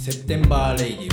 セプテンバーレイディ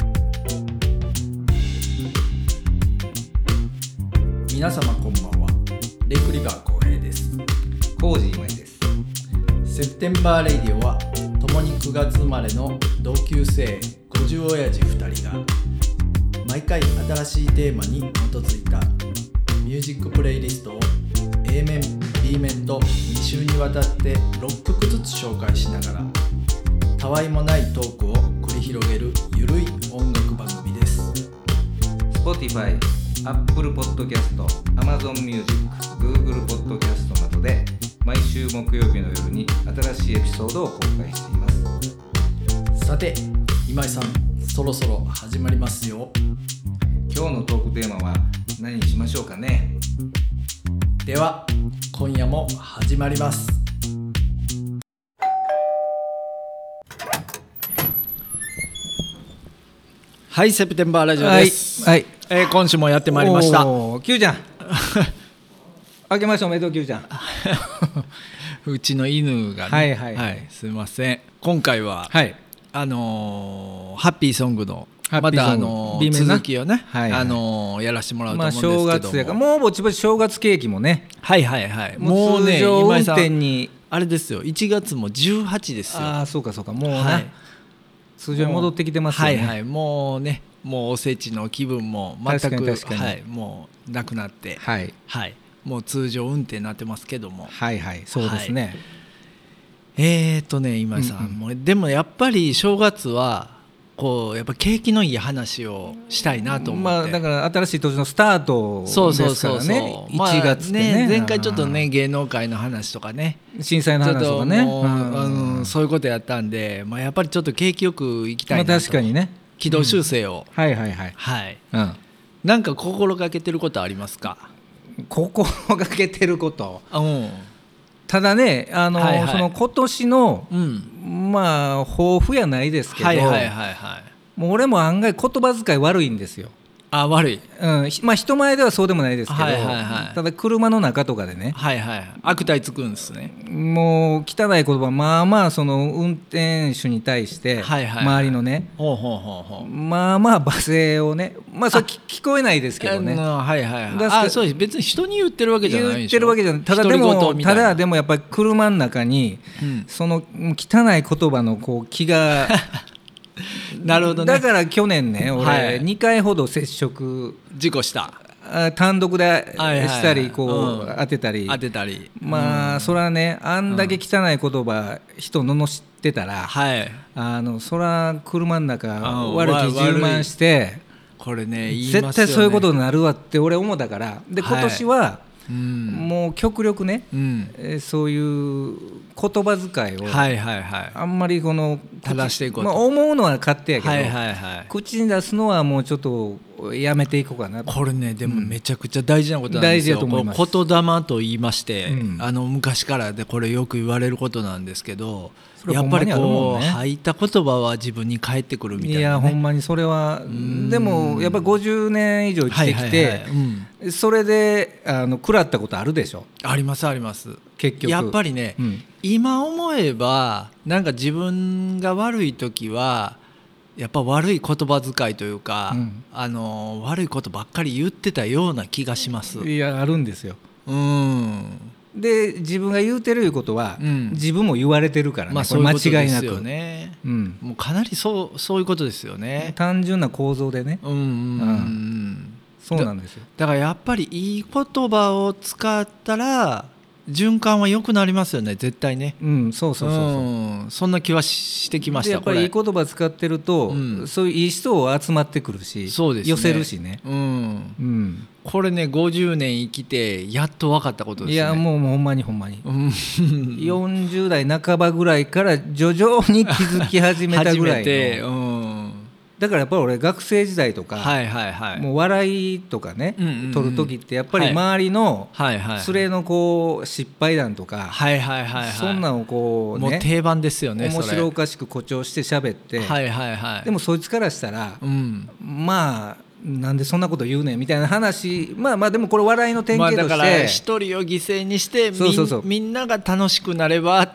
オ。皆様こんばんは。レイクリバー浩平です。 コージーマイです。 セプテンバーレイディオは共に9月生まれの同級生50親父2人が毎回新しいテーマに基づいたミュージックプレイリストを A 面 B 面と2週にわたって6曲ずつ紹介しながらたわいもないトークを繰り広げるゆるい音楽番組です。 Spotify、Apple Podcast、Amazon Music、Google Podcast などで毎週木曜日の夜に新しいエピソードを公開しています。 さて今井さん、そろそろ始まりますよ。 今日のトークテーマは何にしましょうかね。 では今夜も始まります。はい、セプテンバーラジオです。 はい、 今週もやってまいりました。 キューちゃん明けましておめでとう。キューちゃんうちの犬がね、はいすいません。今回は、ハッピーソングのまた続きをね、やらせてもらうと思うんですけども、 正月やからもうぼちぼち正月ケーキもね、 もうね、 通常運転にあれですよ、1月も18ですよ。 ああそうかもうな、通常に戻ってきてますよね。 もうね、もうおせちの気分も全くもうなくなって、もう通常運転になってますけども、 そうですね。 今井さん、もうでもやっぱり正月はこうやっぱ景気のいい話をしたいなと思って、 だから新しい年のスタートですからね。1月ってね、 前回ちょっとね芸能界の話とかね、 震災の話とかね、 そういうことやったんで、やっぱりちょっと景気よくいきたいなと、 確かにね、 軌道修正を、なんか心がけてることありますか？ 心がけてること、ただね、その今年の、抱負やないですけど、もう俺も案外言葉遣い悪いんですよ。 悪い、 人前ではそうでもないですけど、ただ車の中とかでね、 悪態つくんですね。 もう汚い言葉、その運転手に対して周りのね、罵声をね、それ聞こえないですけどね、 そうです。別に人に言ってるわけじゃないでしょ。 言ってるわけじゃない。ただでもやっぱり車の中に、その汚い言葉のこう気がなるほどね。 だから去年ね、俺2回ほど接触事故した、 単独でしたり、こう当てたり、それはね、あんだけ汚い言葉人罵ってたら、それは車の中悪気充満して、 これね、言いますよね、 絶対そういうことになるわって俺思ったから、で今年はもう極力ね、そういう言葉遣いをあんまりこの正していこうと、 思うのは勝手やけど、口に出すのはもうちょっとやめていこうかなと。 これね、でもめちゃくちゃ大事なことなんですよ。 大事だと思います。 言霊と言いまして、昔からでこれよく言われることなんですけど、やっぱりこう吐いた言葉は自分に返ってくるみたいな、ね、 いやほんまにそれは、でもやっぱり50年以上生きてきて、それで食らったことあるでしょ。 あります結局。やっぱりね、今思えばなんか自分が悪い時はやっぱ悪い言葉遣いというか、悪いことばっかり言ってたような気がします。 いやあるんですよ。で自分が言うてるいうことは、自分も言われてるからね、これ間違いなく。もうかなりそういうことですよね。 単純な構造でね。そうなんですよ。 だからやっぱりいい言葉を使ったら循環は良くなりますよね、絶対ね。そんな気はしてきました。 やっぱりいい言葉使ってると、そういういい人を集まってくるし、寄せるしね。これね、50年生きてやっと分かったことですね。いやもうほんまに40代半ばぐらいから徐々に気づき始めたぐらいのだからやっぱり俺学生時代とか、もう笑いとかね、取る時ってやっぱり周りの連れのこう失敗談とか、そんなのをこうね、 もう定番ですよね。 面白おかしく誇張して喋って、でもそいつからしたら、なんでそんなこと言うねんみたいな話、でもこれ笑いの典型として、 だから一人を犠牲にしてみんなが楽しくなればっ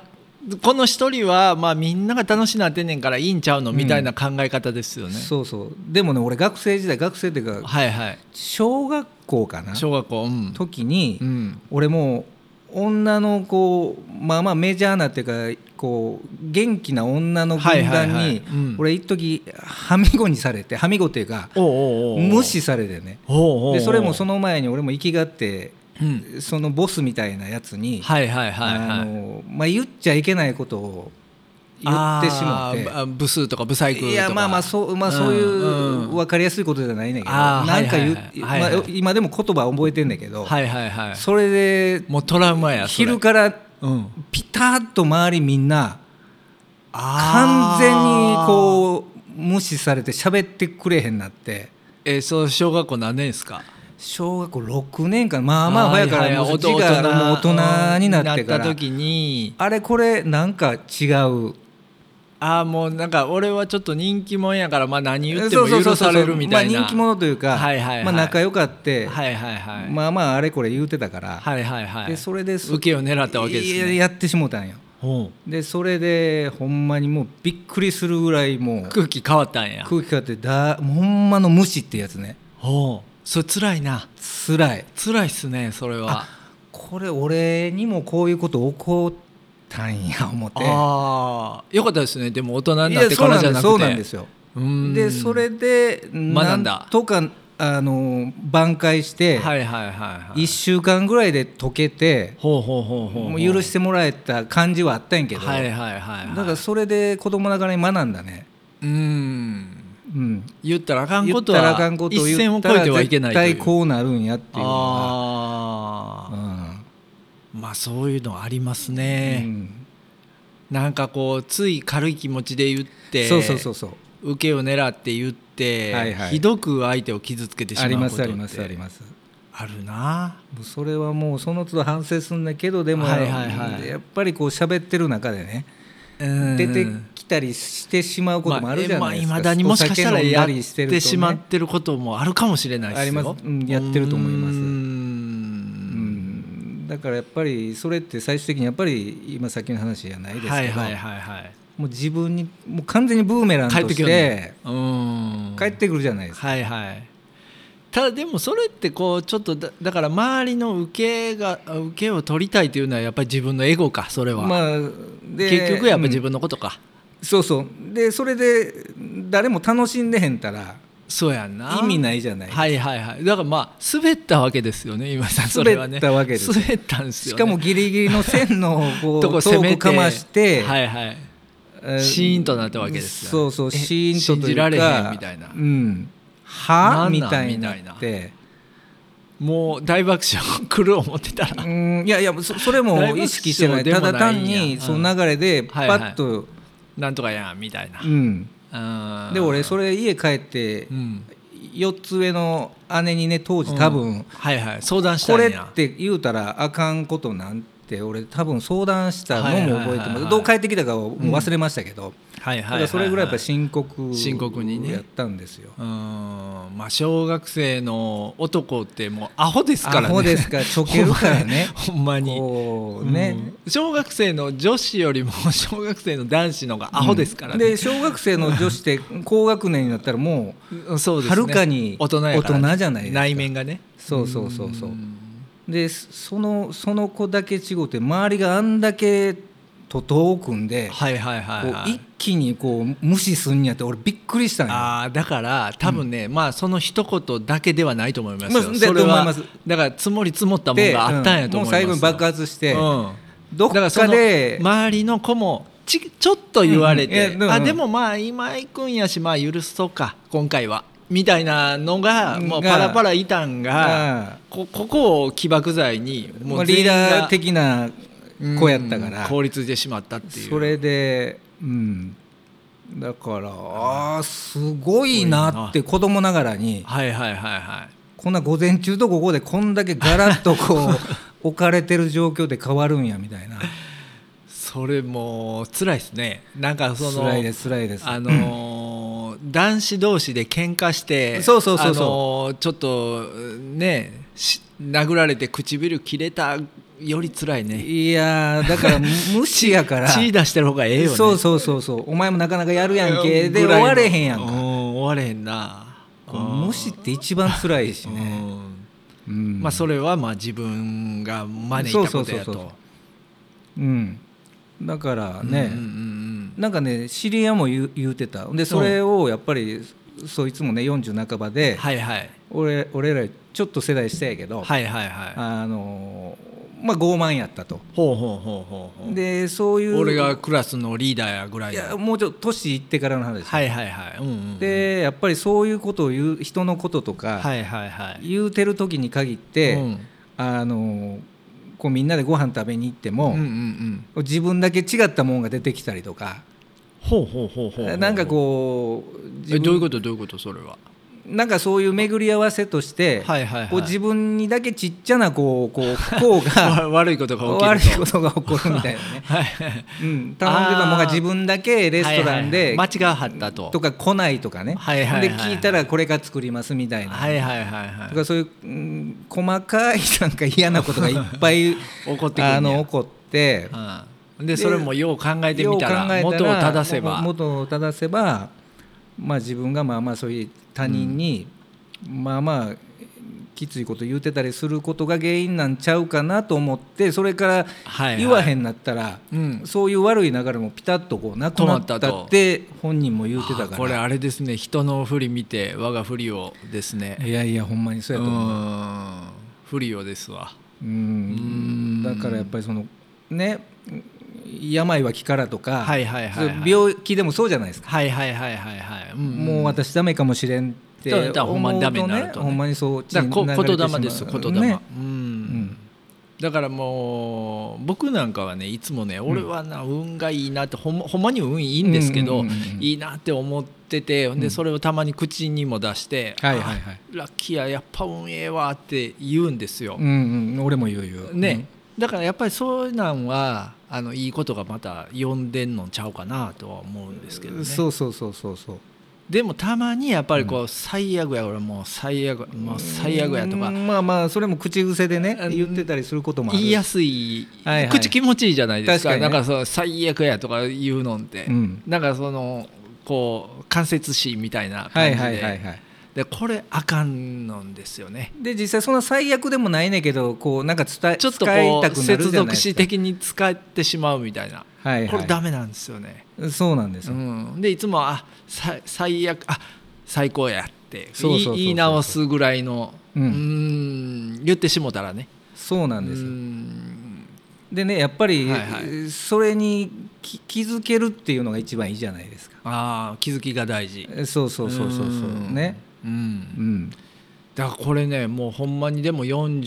この一人はまあみんなが楽しなってんねんからいいんちゃうのみたいな考え方ですよね、 そうそう。でもね俺学生っていうか、小学校かな、時に、俺もう女の子まあまあメジャーなっていうかこう元気な女の軍団に俺一時はみごにされて、はみごっていうか無視されてね、でそれもその前に俺も生きがってそのボスみたいなやつに言っちゃいけないことを言ってしまって、 ブスとかブサイクとか、いやまあそういう分かりやすいことじゃないねんだけど、なんか今でも言葉覚えてんだけど、それでもうトラウマや。 昼からピタッと周りみんな完全にこう無視されて喋ってくれへんなって。 そう小学校何年ですか？ 小学校6年間、まあまあ早からもう字が大人になってから時にあれこれなんか違う、 もうなんか俺はちょっと人気者やからまあ何言っても許されるみたいな、 人気者というか仲良かってまあまああれこれ言うてたから、でそれで受けを狙ったわけですね。 やってしもうたんよ。でそれでほんまにもうびっくりするぐらいもう空気変わったんや。 空気変わってほんまの無視ってやつね。 それ辛いな。 辛いっすねそれは。 これ俺にもこういうこと起こったんや思って。 よかったですね。でも大人になってからじゃなくて。 そうなんですよ。でそれでなんとか挽回して1週間ぐらいで解けてもう許してもらえた感じはあったんやけど、だからそれで子供ながらに学んだね。 言ったらあかんことは一線を越えてはいけないという、 絶対こうなるんやっていうのがまあそういうのありますね、なんかこうつい軽い気持ちで言って受けを狙って言って、ひどく相手を傷つけてしまうことってあるな。 それはもうその都度反省するんだけど、でもやっぱりこう喋ってる中でね出てきたりしてしまうこともあるじゃないですか。 未だにもしかしたらやってしまってることもあるかもしれないですよ。 やってると思います。だからやっぱりそれって最終的にやっぱり今さっきの話じゃないですけど、もう自分にもう完全にブーメランとして帰ってくるじゃないですか。 ただでもそれってこうちょっとだから周りの受けを取りたいというのはやっぱり自分のエゴか。それは、結局やっぱり自分のことか、 そうでそれで誰も楽しんでへんたらそうやんな、 意味ないじゃないですか。 だからまあ滑ったわけですよね今さん。それはね滑ったわけです。 滑ったんですよね。 しかもギリギリの線のこうトークかましてシーンとなったわけですよ、 シーンと信じられへんみたいな、 みたいになってもう大爆笑来る思ってたらいやそれも意識してない。ただ単にその流れでパッとなんとかやんみたいな、で俺それ家帰って4つ上の姉にね当時多分相談したんや。 これって言うたらあかんことなんて俺多分相談したのも覚えてます。どう帰ってきたかはもう忘れましたけど、それぐらいやっぱ深刻にやったんですよ。 まあ小学生の男ってもうアホですからね。 アホですからちょけるからねほんまに小学生の女子よりも小学生の男子の方がアホですからね、 で小学生の女子って高学年になったらもうはるかに大人じゃないですか。 内面がね。 そうでその子だけ違って周りがあんだけ徒党を組んで一気にこう無視すんやって俺びっくりしたんや。 だから多分ね、まあその一言だけではないと思いますよ。それはだから積もり積もったものがあったんやと思いますよ。もう最後に爆発して、どっかで周りの子もちょっと言われて、でもまあ今井君やしまあ許そうか今回はみたいなのがもうパラパラいたんがここを起爆剤にもうリーダー的な子やったから凍りついてしまったっていう。 それでだからすごいなって子供ながらにこんな午前中と午後でこんだけガラッとこう置かれてる状況で変わるんやみたいな。 それも辛いですね。なんかその辛いです男子同士で喧嘩してちょっとね殴られて唇切れたより辛いね。 いやだから無視やから血出してる方がええよね。 そうお前もなかなかやるやんけで終われへんやんか。 終われへんな。 無視って一番辛いしね。 まあそれはまあ自分が招いたことやと。 だからね、なんかね知り合いも言うてた。でそれをやっぱりそいつもね40半ばで、俺らちょっと世代下やけど、まあ傲慢やったと。でそういう俺がクラスのリーダーやぐらい。 いやもうちょっと年いってからの話です。でやっぱりそういうことを言う人のこととか言うてる時に限って、こうみんなでご飯食べに行っても、自分だけ違ったもんが出てきたりとか、なんかこうどういうことそれは。 なんかそういう巡り合わせとして、こう自分にだけちっちゃなこう不幸が悪いことが起こるみたいなね。頼んでたもんが自分だけレストランで間違はったとか来ないとかね。で聞いたらこれから作りますみたいな。とかそういう細かいなんか嫌なことがいっぱい起こって。 でそれもよう考えてみたら元を正せば、まあ自分がまあまあそういう他人にまあまあきついこと言うてたりすることが原因なんちゃうかなと思って、それから言わへんなったら、そういう悪い流れもピタッとこうなくなったって本人も言うてたから。 これあれですね、人の振り見て我が振りをですね。 いやほんまにそうやと思う。 振りをですわ。 だからやっぱりそのね、病は気からとか、病気でもそうじゃないですか。もう私ダメかもしれんって思うとね、ほんまにそう言霊です、言霊。だからもう僕なんかはね、いつもね、俺はな運がいいなって、ほんまに運いいんですけど、いいなって思ってて、でそれをたまに口にも出してラッキーや、やっぱ運ええわって言うんですよ。 俺も言うね。だからやっぱりそういうのはいいことがまた呼んでんのちゃうかなとは思うんですけどね。 そうでもたまにやっぱりこう最悪や、俺もう最悪やとか、 まあそれも口癖でね言ってたりすることもある。 言いやすい、口気持ちいいじゃないですか。なんかそう最悪やとか言うのって、なんかそのこう間接詞みたいな感じで、これあかんのんですよね。 で実際そんな最悪でもないねんけど、こうなんかちょっとこう接続詞的に使ってしまうみたいな、これダメなんですよね。 そうなんですよ。 でいつも最悪最高やって言い直すぐらいの、言ってしもたらね。 そうなんですよ。でね、やっぱりそれに気づけるっていうのが一番いいじゃないですか。 気づきが大事。 そうね。 だからこれね、もうほんまにでも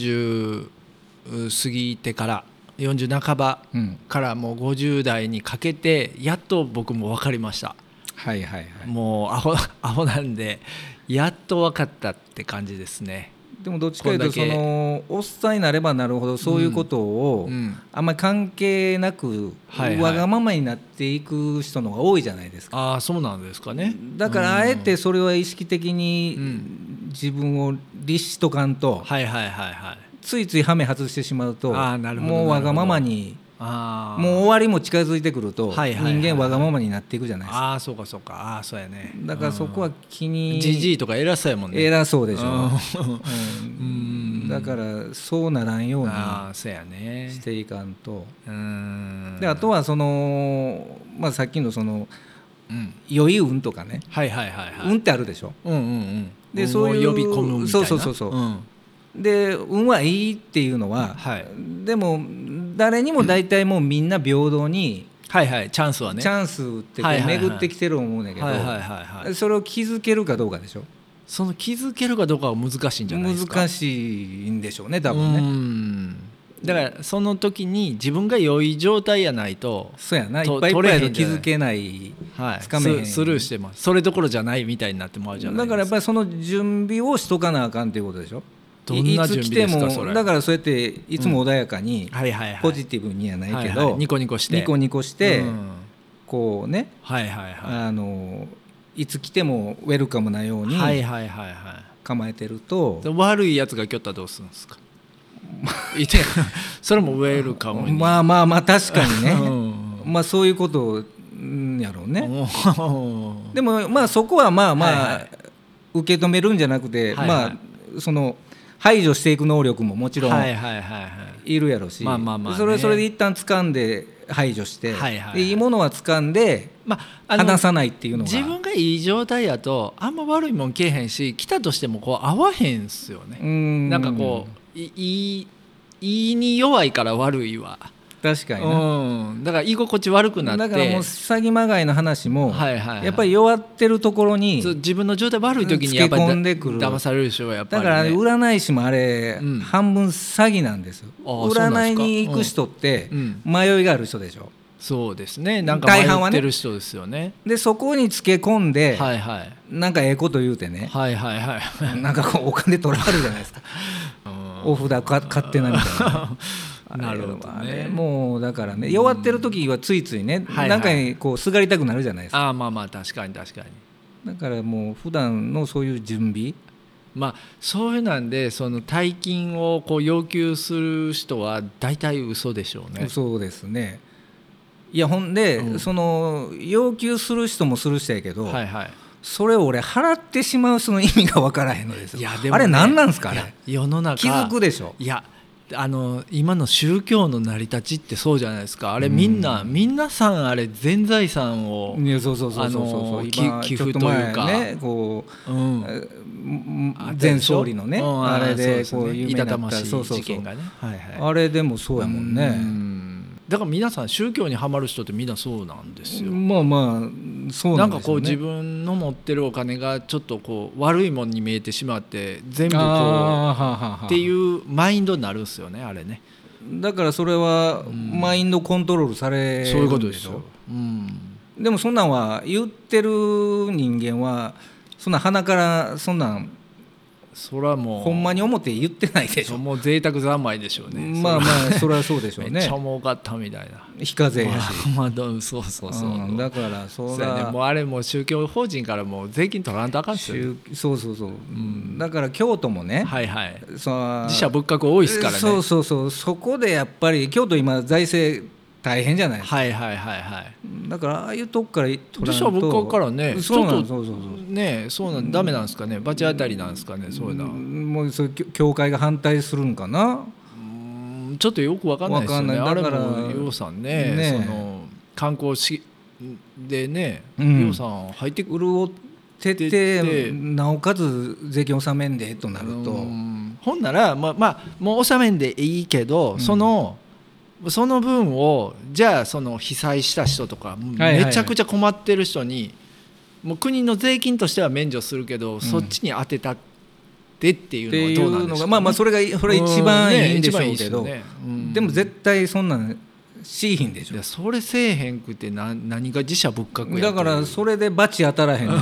40過ぎてから40半ばからもう50代にかけてやっと僕も分かりました。もうアホなんでやっと分かったって感じですね。 でもどっちかというとそのおっさんになればなるほどそういうことをあんまり関係なくわがままになっていく人の方が多いじゃないですか。 そうなんですかね。 だからあえてそれは意識的に自分を律しとかんと、ついついハメ外してしまうともうわがままに、もう終わりも近づいてくると人間わがままになっていくじゃないですか。 そうかそうやね。 だからそこは気にじじいとか偉そうやもんね。 偉そうでしょ。だからそうならんようにしていかんと。であとはそのさっきのその良い運とかね、運ってあるでしょ。でそういう呼び込むみたいな。 そうで運はいいっていうのは、でも誰にも大体もうみんな平等にチャンスはね、 チャンスって巡ってきてると思うんだけど、それを気づけるかどうかでしょ。 その気づけるかどうかは難しいんじゃないですか。 難しいんでしょうね、多分ね。 だからその時に自分が良い状態やないと、 そうやな、いっぱいいっぱいと気づけない、つかめへん、 スルーしてます。それどころじゃないみたいになってもらうじゃないですか。 だからやっぱりその準備をしとかなあかんっていうことでしょ。 どんな準備ですかそれ。 だからそうやっていつも穏やかにポジティブにはないけどニコニコしてこうね、いつ来てもウェルカムなように構えてると、 悪いやつが来よったらどうするんですか。 それもウェルカムにまあ確かにね、まあそういうことやろうねでもまあそこは受け止めるんじゃなくて、その排除していく能力ももちろんいるやろし、それで一旦掴んで排除して、いいものは掴んで離さないっていうのが、 自分がいい状態やとあんま悪いもんけえへんし、来たとしてもこう合わへんすよね。なんかこういいに弱いから悪いは確かにな、 だから居心地悪くなって、 だからもう詐欺まがいの話も、やっぱり弱ってるところに自分の状態悪い時にやっぱり騙されるでしょ、やっぱり、ね、 だから占い師もあれ、半分詐欺なんですよ。占いに行く人って迷いがある人でしょ。 そうですね、なんか迷ってる人ですよね。 でそこにつけ込んで、なんかええこと言うてね、なんかこうお金取らはるじゃないですかお札勝手なみたいななるほどね。もうだからね、弱ってる時はついついね、なんかにこうすがりたくなるじゃないですか。 確かにだからもう普段のそういう準備、 そういうなんで、その大金をこう要求する人は大体嘘でしょうね。 そうですね。いやほんで、その要求する人もする人やけど、それを俺払ってしまうその意味が分からへんのですよ。でも、ね、あれ何なんですかね。 世の中気づくでしょ。 いや今の宗教の成り立ちってそうじゃないですか。あれ皆さんあれ全財産を寄付というか、 ね、こう前総理のね、あれでこう有名になった事件がね、 あれでもそうやもんね。 だから皆さん宗教にはまる人ってみんなそうなんですよ。 そうなんですよね。 なんかこう自分の持ってるお金がちょっとこう悪いもんに見えてしまって、全部こうっていうマインドになるんですよね、あれね。 だからそれはマインドコントロールされるんでしょ。 そういうことですよ。 でもそんなんは言ってる人間はそんな鼻からそんなんそれはもうほんまに思って言ってないでしょ。 もう贅沢三昧でしょうね。 それはそうでしょうね。 めっちゃ儲かったみたいな。 非課税やし。 そう、 だからそれはもうあれも宗教法人からもう税金取らんとあかんっすよね。 そう、だから京都もね、 自社仏閣多いですからね。 そこでやっぱり京都今財政大変じゃないですか。だからああいうとこから取らんと、 自社仏閣からね、 そうなんダメなんですかね。罰当たりなんですかね。そういうのもうそう教会が反対するんかな。 ちょっとよく分かんないですよね。あれも楊さんね、その観光でね、楊さん入って潤ってて、なおかつ税金納めんでとなると、 ほんならもう納めんでいいけど、その分をじゃあその被災した人とかめちゃくちゃ困ってる人にもう国の税金としては免除するけど、そっちに当てたってっていうのはどうなんでしょうか。 それ一番いいんでしょうけど、でも絶対そんなんしいひんでしょ。 それせえへんくて何が自社仏閣やだからそれで罰当たらへんの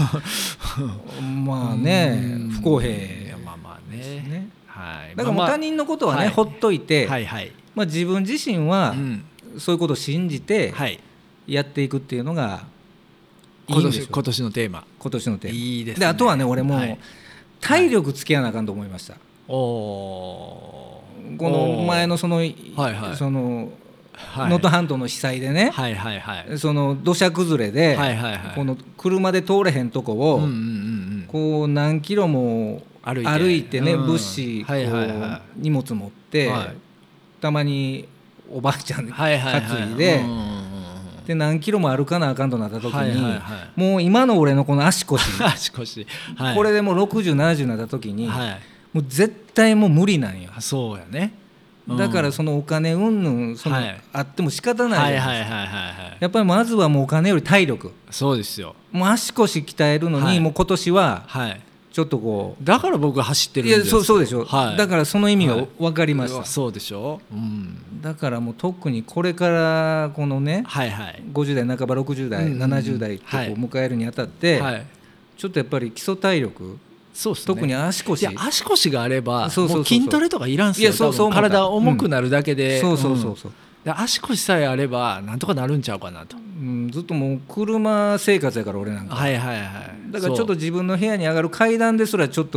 不公平ね。だからもう他人のことはね、ほっといて、自分自身はそういうことを信じてやっていくっていうのがいいんでしょう。 今年のテーマいいですね。 であとはね、俺もう体力つけやなあかんと思いました。 この前のその能登半島の被災でね、その土砂崩れでこの車で通れへんとこをこう何キロも歩いてね、物資荷物持ってたまにおばあちゃん担いで何キロも歩かなあかんとなった時に、もう今の俺のこの足腰これでもう60、70になった時にもう絶対もう無理なんよ。 そうやね。 だからそのお金云々あっても仕方ないじゃないですか。やっぱりまずはもうお金より体力。 そうですよ。 もう足腰鍛えるのにもう今年はちょっとこう、 だから僕走ってるんですよ。 そうでしょ。だからその意味が分かりました。 そうでしょ。 だからもう特にこれからこのね、50代半ば60代70代と迎えるにあたってちょっとやっぱり基礎体力、特に足腰があればもう筋トレとかいらんすよ。体重くなるだけで、足腰さえあればなんとかなるんちゃうかなと。 ずっともう車生活やから俺なんか。だからちょっと自分の部屋に上がる階段ですらちょっと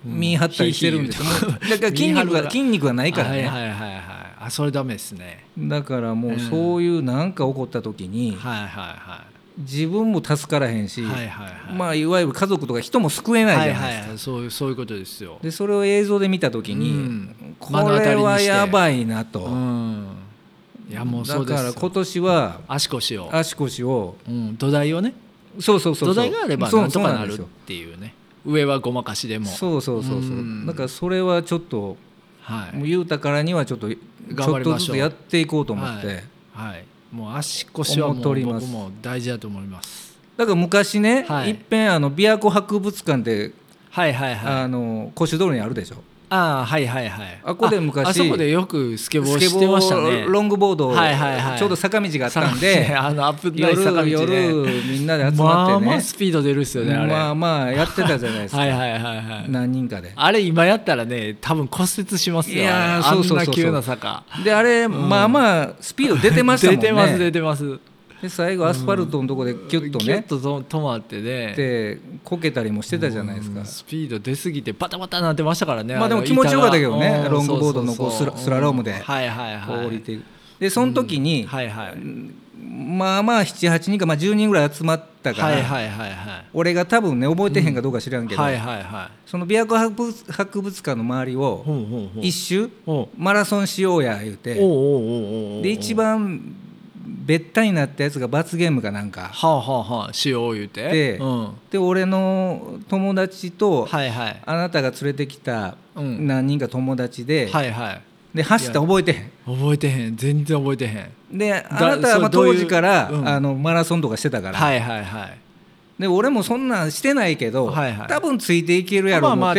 見張ったりしてるんですよ。だから筋肉がないからね。 はいはいはいはい。あ、それダメですね。 だからもうそういうなんか起こった時に、 はいはいはい。 自分も助からへんし、はいはいはい、まあいわゆる家族とか人も救えないじゃないですか。はいはいはい、そういうことですよ。 でそれを映像で見た時に、これはやばいなと。 いやもうそうですよ。 だから今年は足腰を、 土台をね、 そう土台があればなんとかなるっていうね。上はごまかしでも。 そうだからそれはちょっと、もう言うたからにはちょっとずつやっていこうと思って、 はい、もう足腰はもう僕も大事だと思います。 だから昔ね、いっぺん琵琶湖博物館で、公衆道路にあるでしょ。 はいはいはい。 あこで昔あそこでよくスケボーしてましたね。 ロングボード、ちょうど坂道があったんで、 アップダイ坂道で夜みんなで集まってね、 まあスピード出るっすよね。あれまあやってたじゃないですか。何人かで。 あれ今やったらね、多分骨折しますよ。あんな急な坂で、あれまあスピード出てましたもんね。 出てます。 で最後アスファルトのとこでキュッとね、 キュッと止まってね、 でこけたりもしてたじゃないですか。 スピード出すぎてバタバタなってましたからね。 まあでも気持ちよかったけどね、ロングボードのスラロームで降りていく。でその時にまあ7、8人か10人ぐらい集まったから、俺が多分ね覚えてへんかどうか知らんけど、その琵琶湖博物館の周りを一周マラソンしようや言うて、で一番べったになったやつが罰ゲームかなんかしよう言うて、 で俺の友達と、あなたが連れてきた何人か友達で、で走った覚えてへん全然覚えてへん。 であなたは当時からマラソンとかしてたから、で俺もそんなんしてないけど、多分ついていけるやろ思って、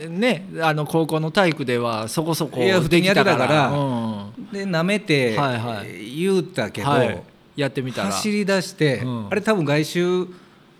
高校の体育ではそこそこできたから、で舐めて言うたけど、 やってみたら走り出して、あれ多分外周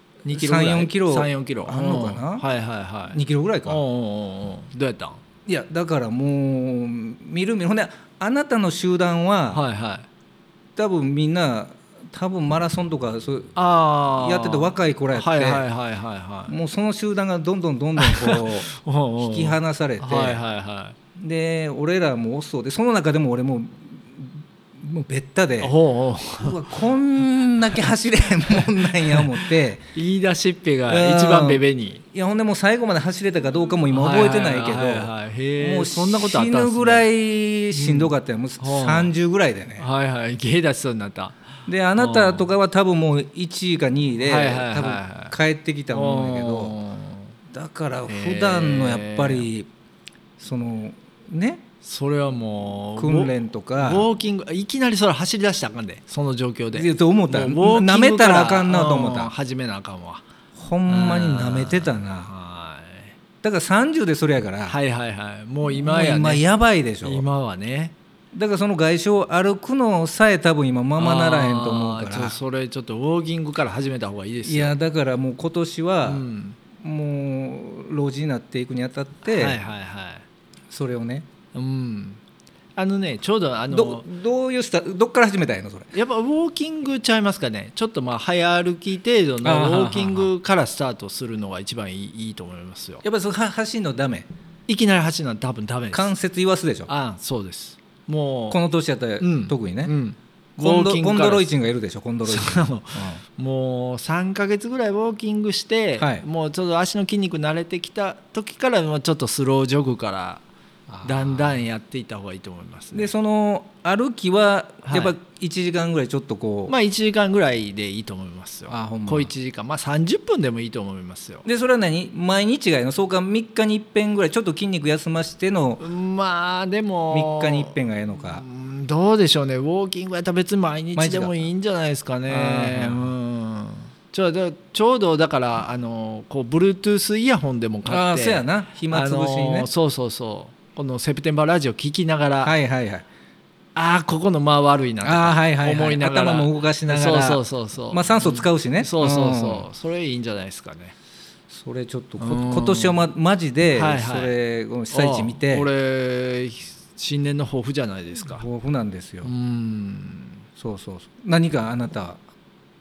3、4キロあんのかな、2キロぐらいか。 どうやったん？ いやだからもうみるほんで、あなたの集団は多分みんなマラソンとかそうやってて若い子らやって、もうその集団がどんどんこう引き離されて、で俺らも遅うで、その中でも俺もうベッタで、こんだけ走れへんもんなんや思って言い出しっぺが一番ベベに、 いやほんでもう最後まで走れたかどうかも今覚えてないけど、もう死ぬぐらいしんどかったよ。もう30ぐらいでね、 芸出しそうになった。 であなたとかは多分もう1位か2位で多分帰ってきたと思うんだけど、だから普段のやっぱりそのね、 それはもう訓練とかウォーキング、いきなりそれ走り出したらあかんで、その状況でと思ったらなめたらあかんなと思った。 始めなあかんわ。 ほんまになめてたな。だから30でそれやから、 もう今やね、 今やばいでしょ今はね。 だからその外周を歩くのさえ多分今ままならへんと思うから、 それちょっとウォーキングから始めた方がいいですよ。 いやだからもう今年はもう老人になっていくにあたって、それをね、 ちょうどどういうどっから始めたいのそれ。 やっぱウォーキングちゃいますかね。ちょっと早歩き程度のウォーキングからスタートするのが一番いいと思いますよ。 やっぱり走るのダメ。 いきなり走るのは多分ダメです。 関節言わすでしょ。 そうです。もうこの年やったら特にね、コンドロイチンがいるでしょ。コンドロイチンもう3ヶ月ぐらいウォーキングして、もうちょっと足の筋肉慣れてきた時からちょっとスロージョグからだんだんやっていった方がいいと思いますね。 でその歩きはやっぱ1時間ぐらいちょっとこう、 1時間ぐらいでいいと思いますよ。小1時間30分でもいいと思いますよ。 でそれは毎日がいいの？そうか3日に一遍ぐらいちょっと筋肉休ましての、 でも 3日に一遍がいいのか、 どうでしょうね。ウォーキングやったら別に毎日でもいいんじゃないですかね。ちょうどだからこう Bluetooth イヤホンでも買って、 そうやな、暇つぶしにね、 そうこのセプテンバーラジオ聞きながら、ここの間悪いなと思いながら、 頭も動かしながら、酸素使うしね、 それいいんじゃないですかね。 それちょっと今年はマジでそれ被災地見て、 これ新年の抱負じゃないですか。 抱負なんですよ。そう何かあなた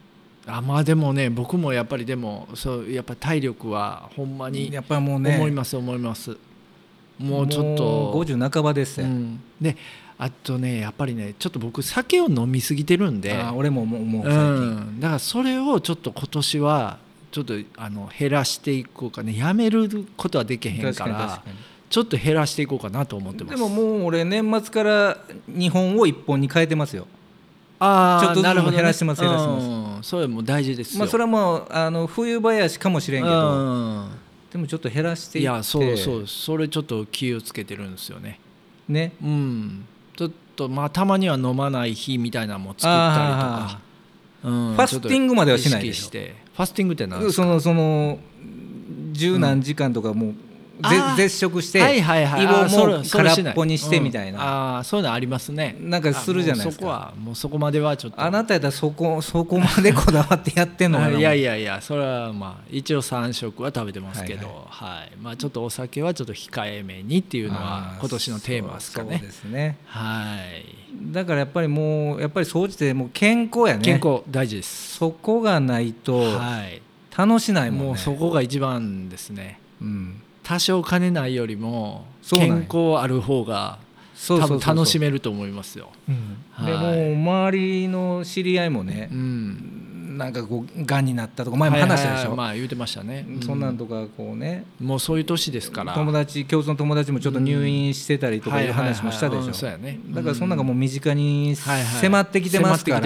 まあでもね僕もやっぱりでもそうやっぱ体力はほんまにやっぱりもうね思いますもうちょっと 50半ばですよ、 であとねやっぱりねちょっと僕酒を飲みすぎてるんで俺ももう最近、 だからそれをちょっと今年はちょっと減らしていこうかねやめることはできへんからちょっと減らしていこうかなと思ってます。 でももう俺年末から2本を1本に変えてますよ。ちょっとずつ減らしてます減らしてます。 それも大事ですよ。 それはもう冬林かもしれんけど、でもちょっと減らしていって、いやそうそれちょっと気をつけてるんですよね。 ね、 ちょっとたまには飲まない日みたいなのも作ったりとか、 ファスティングまではしないでしょ。ファスティングって何ですか？ その十何時間とかもう絶食して胃をもう空っぽにしてみたいな、 そういうのありますね。 なんかするじゃないですか。 そこはもうそこまではちょっとあなたやったらそこまでこだわってやってんのかな。 いやそれは一応3食は食べてますけど、ちょっとお酒はちょっと控えめにっていうのは今年のテーマですかね。 そうですね。だからやっぱりもうやっぱり総じてもう健康やね。 健康大事です。 そこがないと楽しないもんね。 もうそこが一番ですね。多少金ないよりも健康ある方が多分楽しめると思いますよ。 でも周りの知り合いもね、なんかこうがんになったとか前も話したでしょ。 言ってましたね。 そんなんとかこうね、 もうそういう年ですから共通の友達もちょっと入院してたりとかいう話もしたでしょ。 そうやね。 だからそんなんがもう身近に迫ってきてますから、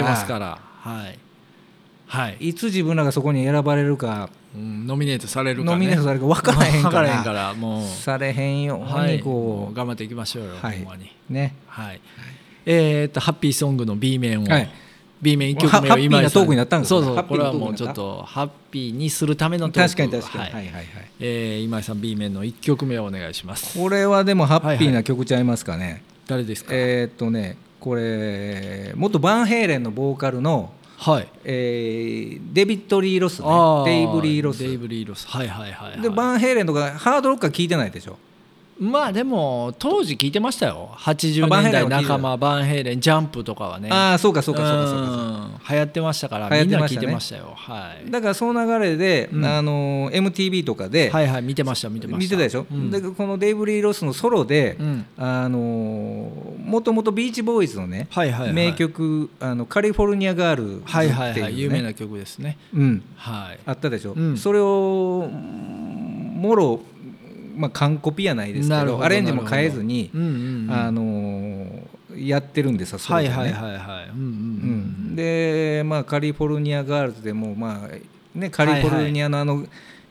いつ自分らがそこに選ばれるか、 ノミネートされるか分からへんからもうされへんようにこう頑張っていきましょうよ、ほんまにね。 ハッピーソングの B 面を、B 面1曲目をハッピーなトークになったんですか。 そうこれはもうちょっとハッピーにするためのトーク。 確かに今井さん B 面の1曲目をお願いします。 これはでもハッピーな曲ちゃいますかね。 誰ですか？ これ元バンヘイレンのボーカルのデビッド・リー・ロスね。デイブ・リー・ロス。でバンヘイレンとかハードロックは聞いてないでしょ。 でも当時聞いてましたよ。80年代仲間バンヘイレンジャンプとかはね。 そうか流行ってましたからみんな聞いてましたよ。 だからその流れでMTV とかで見てました見てたでしょ。でこのデイブ・リー・ロスのソロでもともとビーチボーイズのね名曲カリフォルニアガールズっていう有名な曲ですね。 あったでしょ。それをもろ完コピやないですけどアレンジも変えずにやってるんですよ。それでね。でカリフォルニアガールズでもカリフォルニアのこ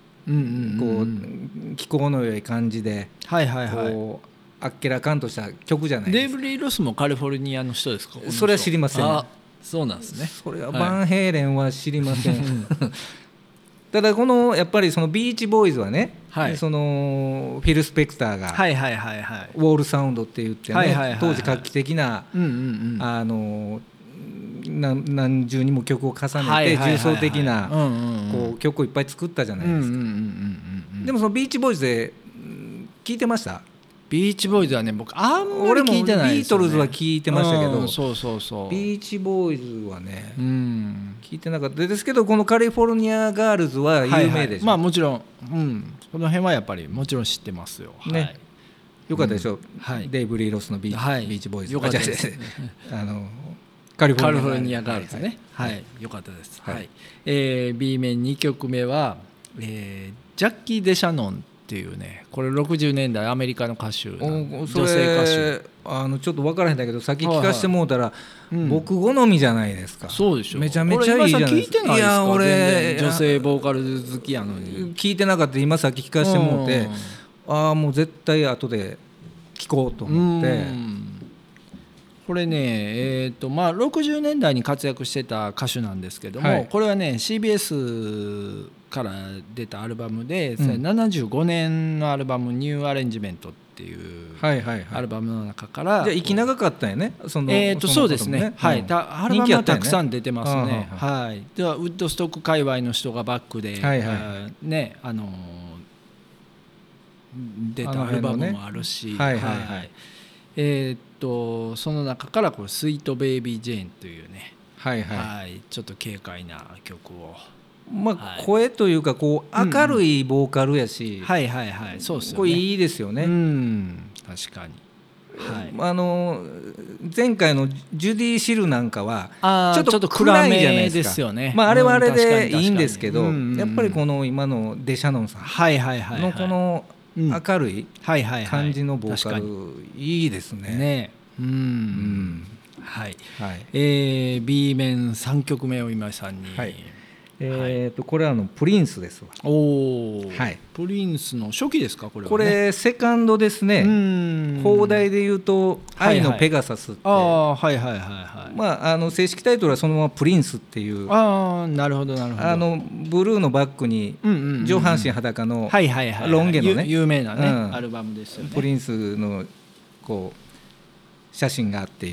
う気候の良い感じでこうあっけらかんとした曲じゃないですか。 デイブ・リー・ロスもカリフォルニアの人ですか？ それは知りません。 そうなんですね。 それはバンヘイレンは知りません。ただやっぱりそのビーチボーイズはね、そのフィル・スペクターがウォールサウンドって言ってね、当時画期的な何重にも曲を重ねて重層的なこう曲をいっぱい作ったじゃないですか。でもそのビーチボーイズで聞いてました？ ビーチボーイズはね僕あんまり聞いてないですよね。 ビートルズは聞いてましたけど、 そうビーチボーイズはね聞いてなかったですけど、このカリフォルニアガールズは有名でしょ。 もちろん、この辺はやっぱりもちろん知ってますよ。 よかったでしょ。デイブ・リー・ロスのビーチボーイズ。 よかったです。 カリフォルニアガールズね。よかったです。B 面2曲目はジャッキー・デシャノンっていうね、これ60年代アメリカの歌手、女性歌手。 ちょっと分からへんだけどさっき聞かせてもうたら僕好みじゃないですか。 そうでしょ。 めちゃめちゃいいじゃないですか。 いや俺女性ボーカル好きやのに聞いてなかった。今さっき聞かせてもうてもう絶対後で聞こうと思って。 これね60年代に活躍してた歌手なんですけども、これはね CBS から出たアルバムで75年のアルバムニューアレンジメントっていうアルバムの中からじゃあ息長かったんやね。 そうですね。アルバムはたくさん出てますね。ではウッドストック界隈の人がバックでね出たアルバムもあるし、その中からこれスイートベイビージェーンというねはいはい、ちょっと軽快な曲を、 まあはい、声というかこう明るいボーカルやし、 はいはいはい、そうですよね、 これいいですよね。 確かに、 はい、前回のジュディ・シルなんかはちょっと暗いじゃないですか。 まあ、あれはあれでいいんですけど、やっぱりこの今のデシャノンさんのこの明るい感じのボーカルいいですね。 はい、B 面3曲目を今井さんに、 これはプリンスですわ。 はい、プリンスの初期ですか、これは、ね、 これセカンドですね。邦題で言うと「愛のペガサス」って、まあ正式タイトルはそのままプリンスっていう、 なるほどなるほど、 ブルーのバックに上半身裸のロン毛のね、 有名なね、アルバムですよね。 プリンスのこう写真がっていう、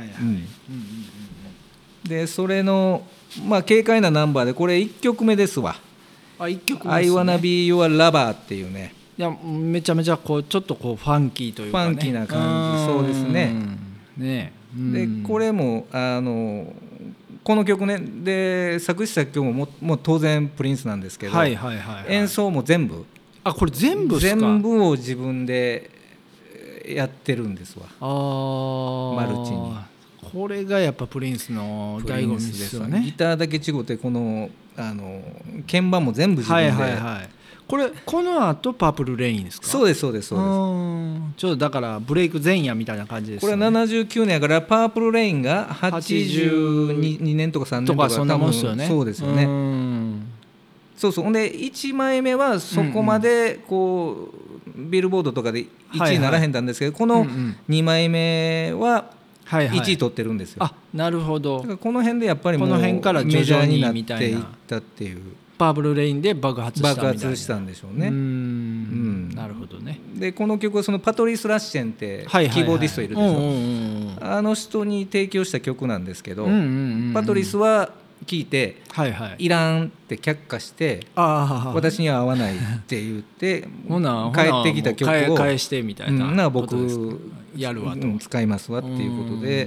でそれのまあ軽快なナンバーで、これ1曲目ですわ。 1曲目ですね。 I wanna be your lover っていうね、 いやめちゃめちゃこうちょっとこうファンキーというかね、 ファンキーな感じ。そうですね。でこれもこの曲ねで作詞作曲もう当然プリンスなんですけど、演奏も全部、 これ全部ですか。 全部を自分でやってるんですわ。マルチに。 これがやっぱプリンスの醍醐味ですよね。 ギターだけ違ってこの鍵盤も全部自分で、 この後パープルレインですか。 そうですそうですそうです。 ちょっとだからブレイク前夜みたいな感じですよね。 これは79年やからパープルレインが82年とか3年とかそんなもんですよね。 そうですよね。そうそう。ほんで1枚目はそこまでこうビルボードとかで1位にならへんたんですけど、この2枚目は1位取ってるんですよ。 なるほど。 だからこの辺でやっぱりもうこの辺からメジャーになっていったっていう、 パープルレインで爆発したんでしょうね。 なるほどね。 でこの曲はそのパトリス・ラッシェンってキーボーディストいるでしょ、あの人に提供した曲なんですけど、パトリスは聴いて、いらんって却下して、私には合わないって言って帰ってきた曲を返してみたいな、 僕やるわと、 使いますわっていうことで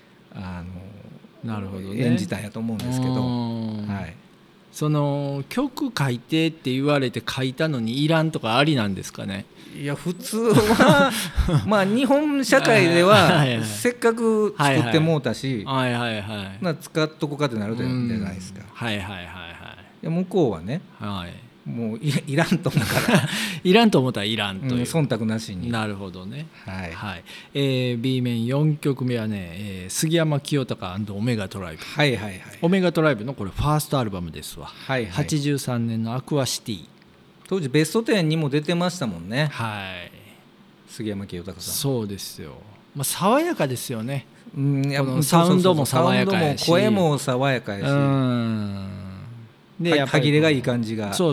なるほどね、 演じたんやと思うんですけど、 その曲書いてって言われて書いたのにいらんとかありなんですかね。 いや普通はまあ日本社会ではせっかく作ってもうたし、使っとこうかってなるじゃないですか。向こうはね、もういらんと思ったらいらんと思ったらいらんという、 忖度なしに。 なるほどね。B 面4曲目はね、杉山清隆&オメガトライブ。オメガトライブのこれファーストアルバムですわ。83年のアクアシティ。 当時ベスト10にも出てましたもんね。杉山清隆さん。 そうですよ。爽やかですよね。このサウンドも爽やかやし、 声も爽やかやし、で歯切れがいい感じが。 そう。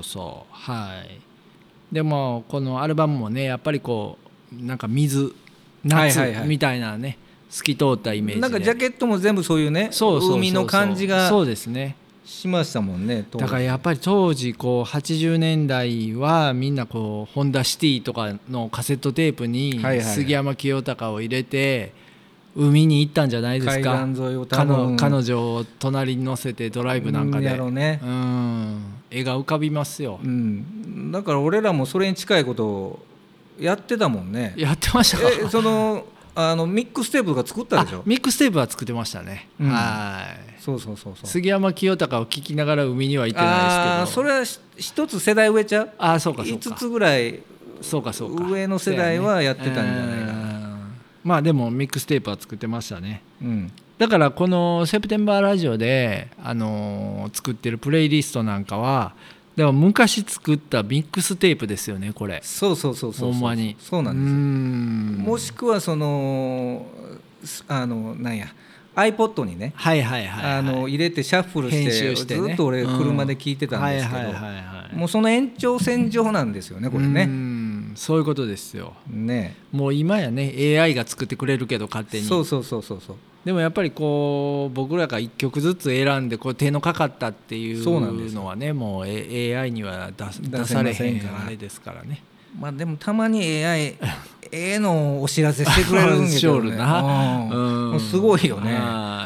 でもこのアルバムもね、やっぱりこうなんか夏みたいなね、透き通ったイメージで、 なんかジャケットも全部そういうね、海の感じがそうですねしましたもんね。 だからやっぱり当時こう80年代はみんなこうホンダシティとかのカセットテープに杉山清隆を入れて海に行ったんじゃないですか。 海岸沿いを多分彼女を隣に乗せてドライブなんかで、絵が浮かびますよ。 だから俺らもそれに近いことをやってたもんね。 やってましたか。 そのミックステープが作ったでしょ。 ミックステープは作ってましたね。 そう杉山清隆を聴きながら海には行ってないですけど、 それは一つ世代上ちゃう。 そうか 5つぐらい上の世代はやってたんじゃないかな。 でもミックステープは作ってましたね。だからこのセプテンバーラジオで、作ってるプレイリストなんかはでも昔作ったミックステープですよね、これ。 そうほんまにそうなんですよ。もしくはそのなんやiPod にね、入れてシャッフルしてずっと俺車で聴いてたんですけど、もうその延長線上なんですよね、これね。 そういうことですよね。もう今やね AI が作ってくれるけど勝手に。 そうでもやっぱりこう僕らが1曲ずつ選んでこう手のかかったっていうのはね、もう AI には出されへんあれですからね。 でもたまに AI のお知らせしてくれるんやけどね。すごいよね。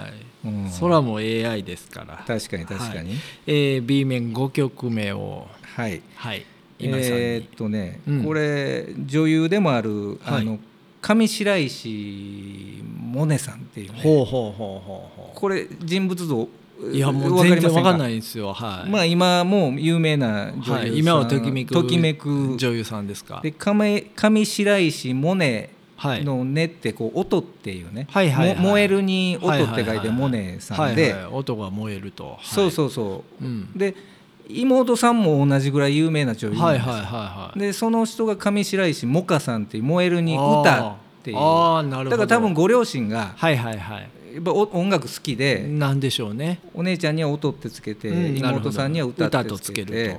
それはもう AI ですから。 確かに確かに、 B 面5曲目を今これ女優でもある上白石萌音さんっていうね、これ人物像いやもう全然分かんないんですよ。 今もう有名な女優さん、 今はときめく女優さんですか。 で上白石萌音の音ってこう音っていうね、燃えるに音って書いて萌音さんで、 音が燃えると、 そうで妹さんも同じぐらい有名な女優なんですよ。でその人が上白石萌歌さんっていう燃えるに歌っていう、だから多分ご両親がやっぱ音楽好きで、 なんでしょうね、 お姉ちゃんには音ってつけて、妹さんには歌ってつけて、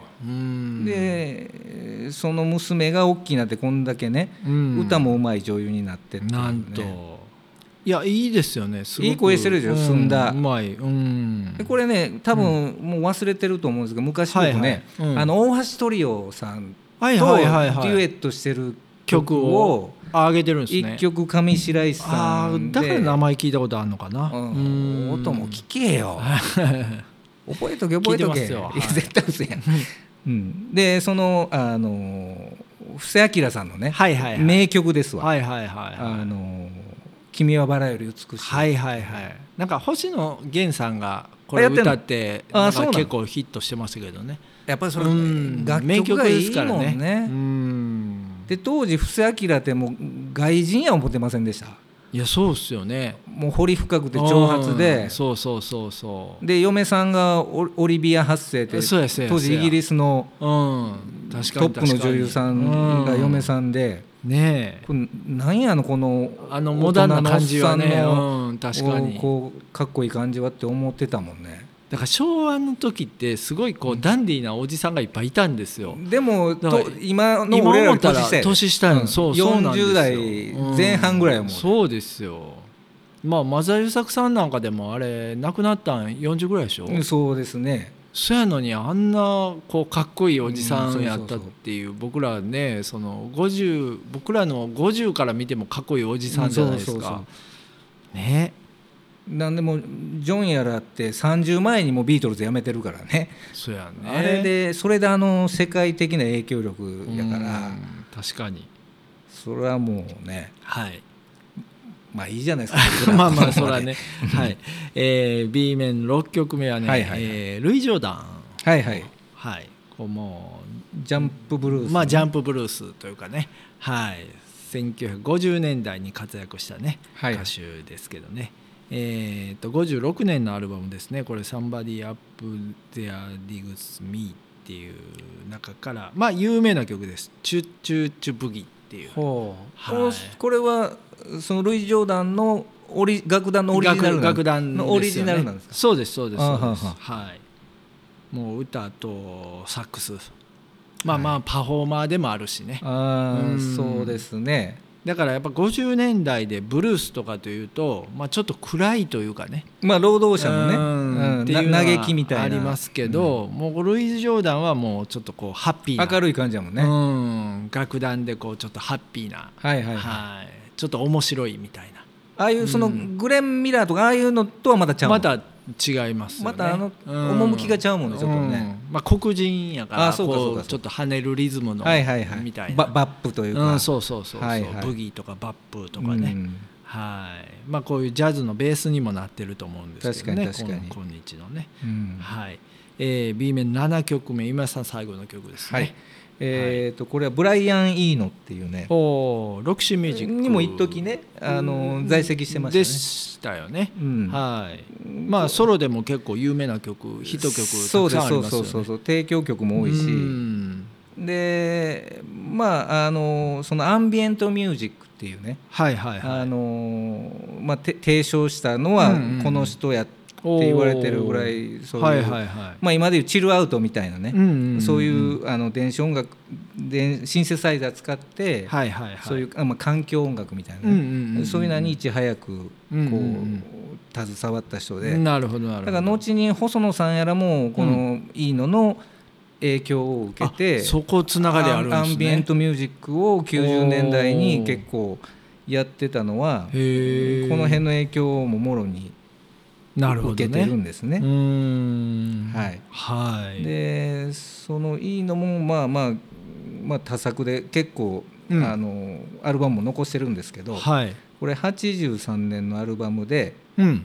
でその娘が大きくなってこんだけね、歌もうまい女優になってっていうね、 なんといやいいですよね、すごくいい声してるでしょ、澄んだ、 うまい、 でこれね多分もう忘れてると思うんですけど、昔僕ね、大橋トリオさんとデュエットしてる曲を上げてるんですね。 一曲上白石さんで、 だから名前聞いたことあるのかな。 音も聞けよ覚えとけ覚えとけ、絶対嘘やんでその布施明さんのね名曲ですわ、君はバラより美しい。 なんか星野源さんがこれ歌って結構ヒットしてましたけどね。 やっぱりそれ楽曲がいいもんね。で当時布施明ってもう外人や思ってませんでした。 いやそうっすよね。 もう彫り深くて長髪で、で嫁さんがオリビア8世って当時イギリスのトップの女優さんが嫁さんで、なんやこのモダンな感じはね、確かにこうかっこいい感じはって思ってたもんね。 だから昭和の時ってすごいこうダンディーなおじさんがいっぱいいたんですよ。 でも今の俺らより年下やん、 40代前半ぐらいはもうそうですよ。松田優作さんなんかでもあれ亡くなったん40ぐらいでしょ。 そうですね。 そやのにあんなこうかっこいいおじさんやったっていう、僕らねその僕らの50から見てもかっこいいおじさんじゃないですか。ね。 なんでもジョンやらって30前にもビートルズやめてるからね。 そうやね。 あれでそれで世界的な影響力やから、 確かにそれはもうね、まあいいじゃないですか。それはね。B 面6曲目はね、ルイ・ジョーダン。こうもうジャンプブルース、 ジャンプブルースというかね、1950年代に活躍したね歌手ですけどね。56年のアルバムですね。これ Somebody Up There Digs Me っていう中から有名な曲です。チュッチュッチュブギっていう。これはそのルイ・ジョーダンの楽団のオリジナルなんですか。 そうです。もう歌とサックス、パフォーマーでもあるしね。 そうですね。 だからやっぱ50年代でブルースとかというと、ちょっと暗いというかね、 労働者のね、嘆きみたいなありますけど、もうルイ・ジョーダンはもうちょっとこうハッピーな明るい感じだもんね。 楽団でこうちょっとハッピーな、ちょっと面白いみたいな、 ああいうそのグレン・ミラーとかああいうのとはまたちゃうもん。 また違いますよね。 また趣がちゃうもんね、ちょっとね。 黒人やからこうちょっと跳ねるリズムのみたいな、 バップというか、 そうブギーとかバップとかね、こういうジャズのベースにもなってると思うんですけどね。 確かに今日のね。B 面7曲目、今さん最後の曲ですね。 これはブライアン・イーノっていうね、 ロキシーミュージックにも一時ね在籍してましたね。 でしたよね。ソロでも結構有名な曲、ヒット曲たくさんありますよね。 そう提供曲も多いし、でそのアンビエントミュージックっていうね、提唱したのはこの人やって言われてるぐらい、そういう今でいうチルアウトみたいなね、そういう電子音楽でシンセサイザー使って、そういう環境音楽みたいなね、そういうのにいち早くこう携わった人で、だから後に細野さんやらもこのいいの影響を受けて、 そこつながりあるんですね。 アンビエントミュージックを90年代に結構やってたのは、この辺の影響ももろに受けてるんですね。はいはい、 でそのいいのもまあ多作で結構、アルバムも残してるんですけど、 はい、 これ83年のアルバムで、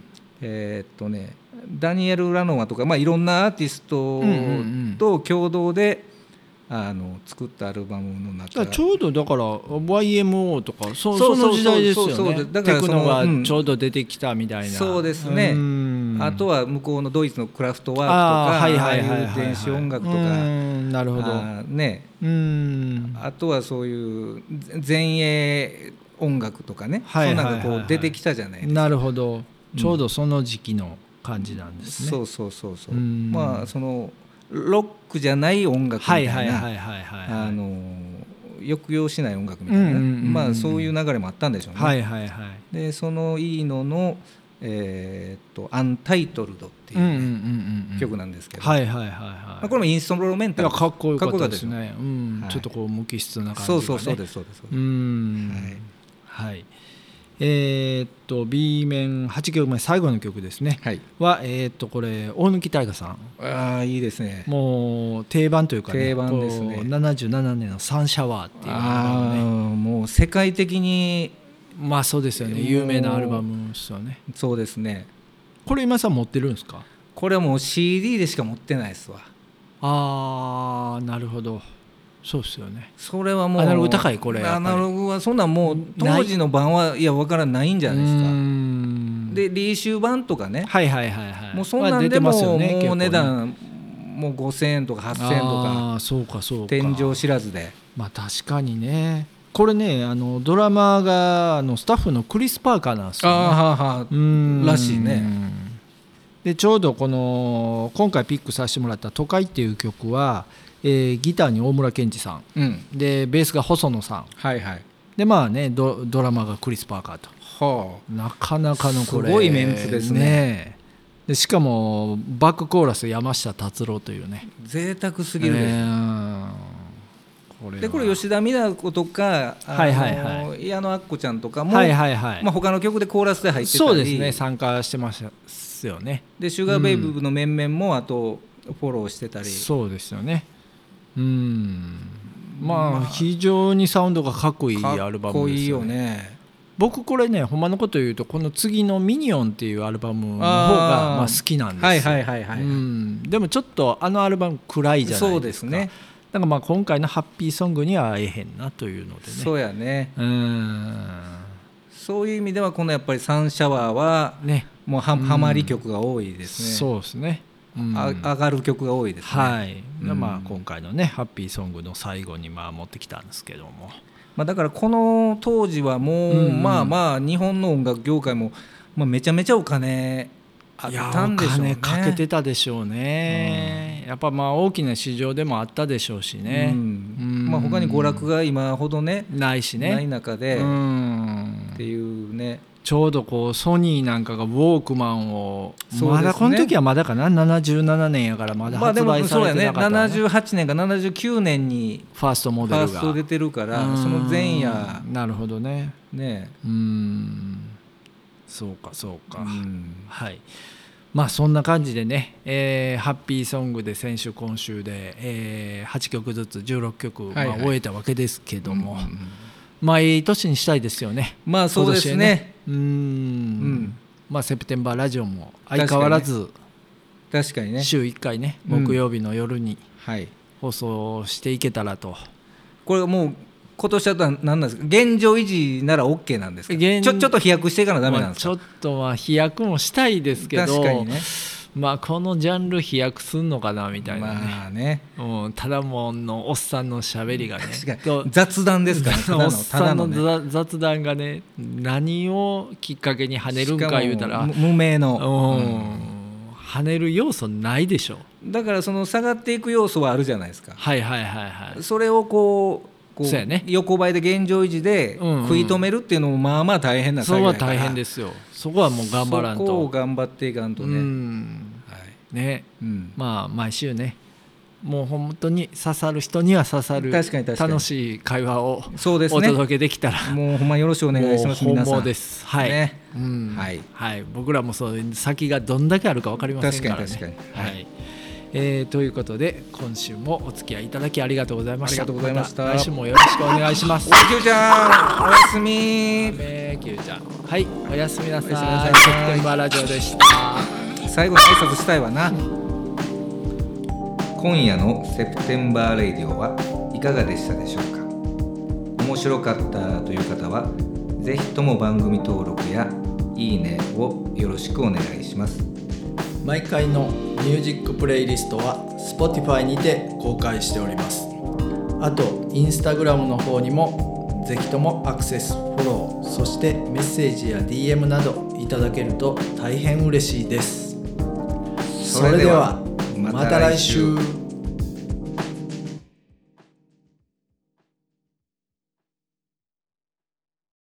ダニエル・ラノアとか、いろんなアーティストと共同で作ったアルバムの中、 ちょうどだから YMO とかその時代ですよね。だからテクノがちょうど出てきたみたいな。 そうですね。あとは向こうのドイツのクラフトワークとか、ああいう電子音楽とか、 なるほどね、あとはそういう前衛音楽とかね、そんなのがこう出てきたじゃないですか。 なるほど。ちょうどその時期の感じなんですね。 そうまあそのロックじゃない音楽みたいな、抑揚しない音楽みたいな、そういう流れもあったんでしょうね。でそのいいののアンタイトルドっていう曲なんですけど、これもインストロメンタル、 かっこよかったですね。ちょっとこう無機質な感じがね。 そうです。 はい。B 面8曲目最後の曲ですね、はこれ大貫大河さん。いいですね。 もう定番というかね、 定番ですね。 77年のサンシャワーっていうアルバムね、 もう世界的にそうですよね、有名なアルバムですよね。 そうですね。 これ今さん持ってるんですか？ これはもう CD でしか持ってないですわ。 なるほど。そうですよね。 それはもうアナログ高い。これアナログはそんなんもう当時の版はいや分からないんじゃないですか。でリーシュー版とかね、もうそんなんでももう値段もう5000円とか8000円とか、 そうか天井知らずで、 確かにね。これねドラマがスタッフのクリス・パーカーなんですよね。 らしいね。 でちょうどこの今回ピックさせてもらった「都会」っていう曲はギターに大村健二さん、でベースが細野さん、でドラマがクリス・パーカーと、なかなかのこれすごいメンツですね。 でしかもバックコーラス山下達郎というね、 贅沢すぎるです。でこれ吉田美奈子とか矢野あっこちゃんとかも、他の曲でコーラスで入ってたり、 そうですね、参加してますよね。 でシュガーベイブの面々もあとフォローしてたり、 そうですよね。非常にサウンドがかっこいいアルバムですよね。かっこいいよね。僕これね、ほんまのこと言うとこの次のミニオンっていうアルバムの方が好きなんですよ。でもちょっとあのアルバム暗いじゃないですか。そうですね。だから今回のハッピーソングには合えへんなというのでね。 そうやね。そういう意味ではこのやっぱりサンシャワーはもうハマり曲が多いですね。 そうですね。 上がる曲が多いですね。 今回のねハッピーソングの最後に持ってきたんですけども、 だからこの当時はもう日本の音楽業界もめちゃめちゃお金あったんでしょうね。 お金かけてたでしょうね。やっぱ大きな市場でもあったでしょうしね。 他に娯楽が今ほどねないしね、 ない中でっていうね。 ちょうどソニーなんかがウォークマンをまだこの時はまだかな、77年やからまだ発売されてなかった、 78年か79年にファーストモデルがファースト出てるから、その前夜。 なるほどね。そうかはい。そんな感じでね、ハッピーソングで先週今週で、8曲ずつ16曲終えたわけですけども、いい年にしたいですよね。 そうですね。 セプテンバーラジオも相変わらず確かにね、 週1回ね、木曜日の夜に放送していけたらと。 これもう今年だと何なんですか？現状維持なら OK なんですか？ちょっと飛躍していかなダメなんですか？ ちょっと飛躍もしたいですけど、 確かにね。 このジャンル飛躍すんのかなみたいなね。ただものおっさんのしゃべりがね、 雑談ですからね。 おっさんの雑談がね、何をきっかけに跳ねるんか言うたら無名の跳ねる要素ないでしょ。 だからその下がっていく要素はあるじゃないですか。それをそうやね、 横ばいで現状維持で食い止めるっていうのも大変な作業やから。 そこは大変ですよ。そこはもう頑張らんと。 そこを頑張っていかんとね。 毎週ねもう本当に刺さる人には刺さる楽しい会話をお届けできたら、 もうほんまよろしくお願いします。皆さん本望です。はい、ね、はいはい、僕らもそう先がどんだけあるか分かりませんからね。確かにはい、ということで今週もお付き合いいただきありがとうございました。 ありがとうございました。 来週もよろしくお願いします。 キューちゃんおやすみ。 キューちゃん、はい、おやすみなさい。セプテンバーラジオでした。 最後に挨拶したいわな。今夜のセプテンバーレイディオはいかがでしたでしょうか。面白かったという方はぜひとも番組登録やいいねをよろしくお願いします。 毎回のミュージックプレイリストは Spotify にて公開しております。あと Instagram の方にもぜひともアクセス、フォロー、そしてメッセージや DM などいただけると大変嬉しいです。それではまた来週。